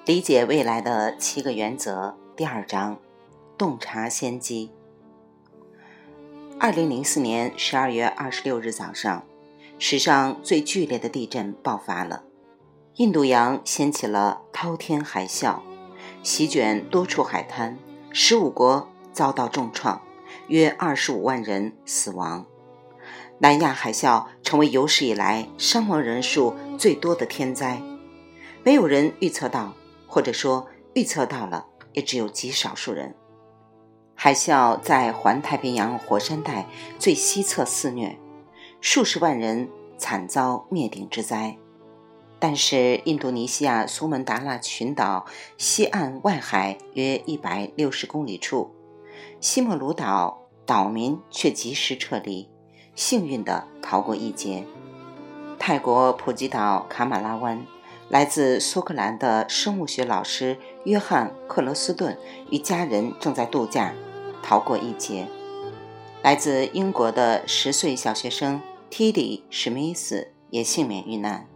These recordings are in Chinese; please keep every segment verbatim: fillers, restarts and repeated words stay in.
理解未来的七个原则第二章，洞察先机。二零零四年十二月二十六日早上，史上最剧烈的地震爆发了，印度洋掀起了滔天海啸，席卷多处海滩，十五国遭到重创，约二十五万人死亡。南亚海啸成为有史以来伤亡人数最多的天灾，没有人预测到，或者说预测到了，也只有极少数人。海啸在环太平洋火山带最西侧肆虐，数十万人惨遭灭顶之灾。但是印度尼西亚苏门答腊群岛西岸外海约一百六十公里处，西莫鲁岛岛民却及时撤离，幸运地逃过一劫。泰国普吉岛卡马拉湾，来自苏格兰的生物学老师约翰·克罗斯顿与家人正在度假，逃过一劫。来自英国的十岁小学生提里·史密斯也幸免遇难。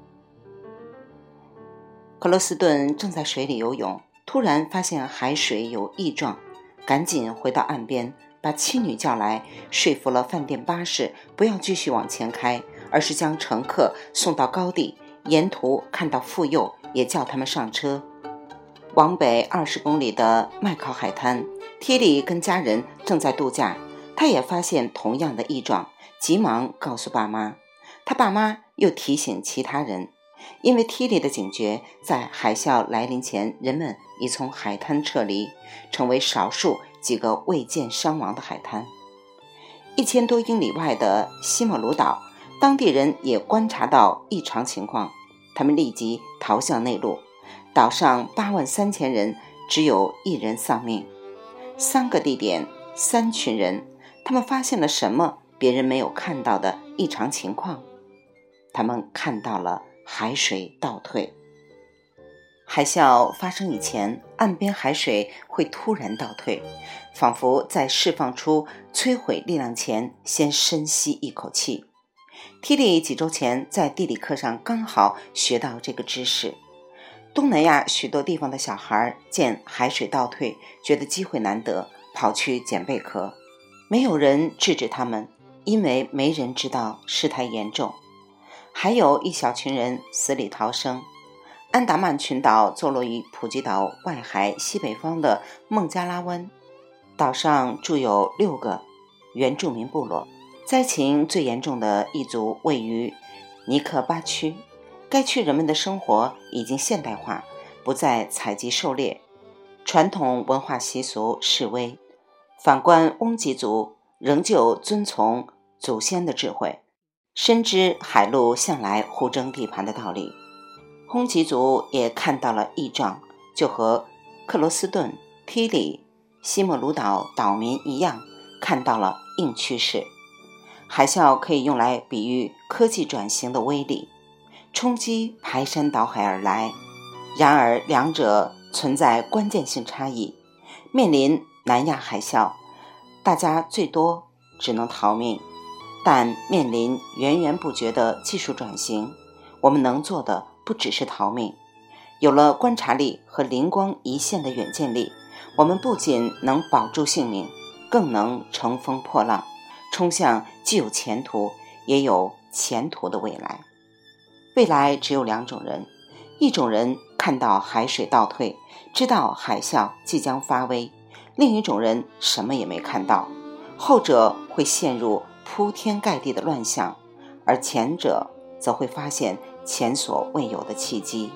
克罗斯顿正在水里游泳，突然发现海水有异状，赶紧回到岸边，把妻女叫来，说服了饭店巴士不要继续往前开，而是将乘客送到高地，沿途看到妇幼也叫他们上车。往北二十公里的麦考海滩，提里跟家人正在度假，他也发现同样的异状，急忙告诉爸妈。他爸妈又提醒其他人，因为提里的警觉，在海啸来临前，人们已从海滩撤离，成为少数几个未见伤亡的海滩。一千多英里外的西莫鲁岛，当地人也观察到异常情况，他们立即逃向内陆。岛上八万三千人，只有一人丧命。三个地点，三群人，他们发现了什么别人没有看到的异常情况？他们看到了海水倒退。海啸发生以前，岸边海水会突然倒退，仿佛在释放出摧毁力量前先深吸一口气。提里几周前在地理课上刚好学到这个知识。东南亚许多地方的小孩见海水倒退，觉得机会难得，跑去捡贝壳。没有人制止他们，因为没人知道事态严重。还有一小群人死里逃生。安达曼群岛坐落于普吉岛外海西北方的孟加拉湾，岛上住有六个原住民部落。灾情最严重的一族位于尼克巴区，该区人们的生活已经现代化，不再采集狩猎，传统文化习俗式微。反观翁吉族，仍旧遵从祖先的智慧，深知海陆向来互争地盘的道理。翁吉族也看到了异状，就和克罗斯顿、提里、西莫鲁岛岛民一样，看到了硬趋势。海啸可以用来比喻科技转型的威力，冲击排山倒海而来。然而两者存在关键性差异。面临南亚海啸，大家最多只能逃命，但面临源源不绝的技术转型，我们能做的不只是逃命。有了观察力和灵光一现的远见力，我们不仅能保住性命，更能乘风破浪，冲向既有前途也有前途的未来。未来只有两种人，一种人看到海水倒退，知道海啸即将发威；另一种人什么也没看到，后者会陷入铺天盖地的乱象，而前者则会发现前所未有的契机。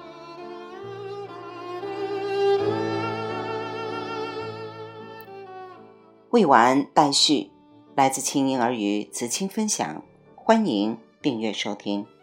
未完待续，来自清婴儿语子青分享，欢迎订阅收听。